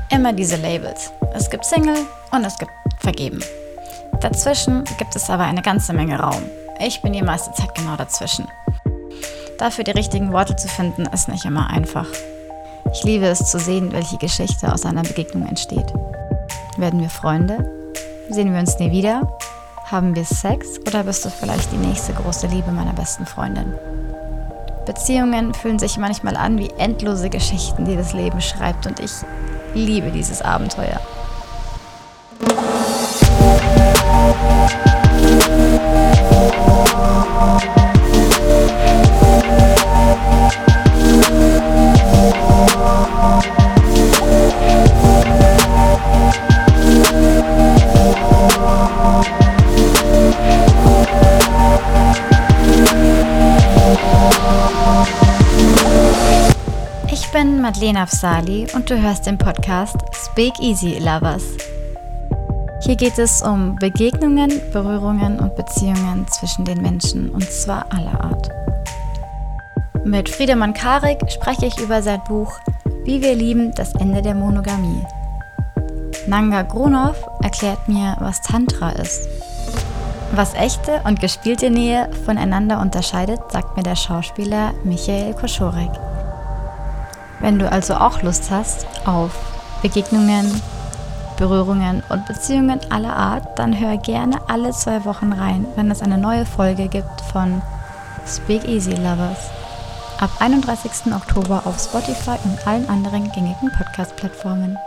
Immer diese Labels. Es gibt Single und es gibt vergeben. Dazwischen gibt es aber eine ganze Menge Raum. Ich bin die meiste Zeit genau dazwischen. Dafür die richtigen Worte zu finden, ist nicht immer einfach. Ich liebe es zu sehen, welche Geschichte aus einer Begegnung entsteht. Werden wir Freunde? Sehen wir uns nie wieder? Haben wir Sex oder bist du vielleicht die nächste große Liebe meiner besten Freundin? Beziehungen fühlen sich manchmal an wie endlose Geschichten, die das Leben schreibt, und ich liebe dieses Abenteuer. Ich bin Madeleine Afzali und du hörst den Podcast Speak Easy Lovers. Hier geht es um Begegnungen, Berührungen und Beziehungen zwischen den Menschen, und zwar aller Art. Mit Friedemann Karik spreche ich über sein Buch Wie wir lieben, das Ende der Monogamie. Nanga Grunov erklärt mir, was Tantra ist. Was echte und gespielte Nähe voneinander unterscheidet, sagt mir der Schauspieler Michael Koschorek. Wenn du also auch Lust hast auf Begegnungen, Berührungen und Beziehungen aller Art, dann hör gerne alle 2 Wochen rein, wenn es eine neue Folge gibt von Speak Easy Lovers. Ab 31. Oktober auf Spotify und allen anderen gängigen Podcast-Plattformen.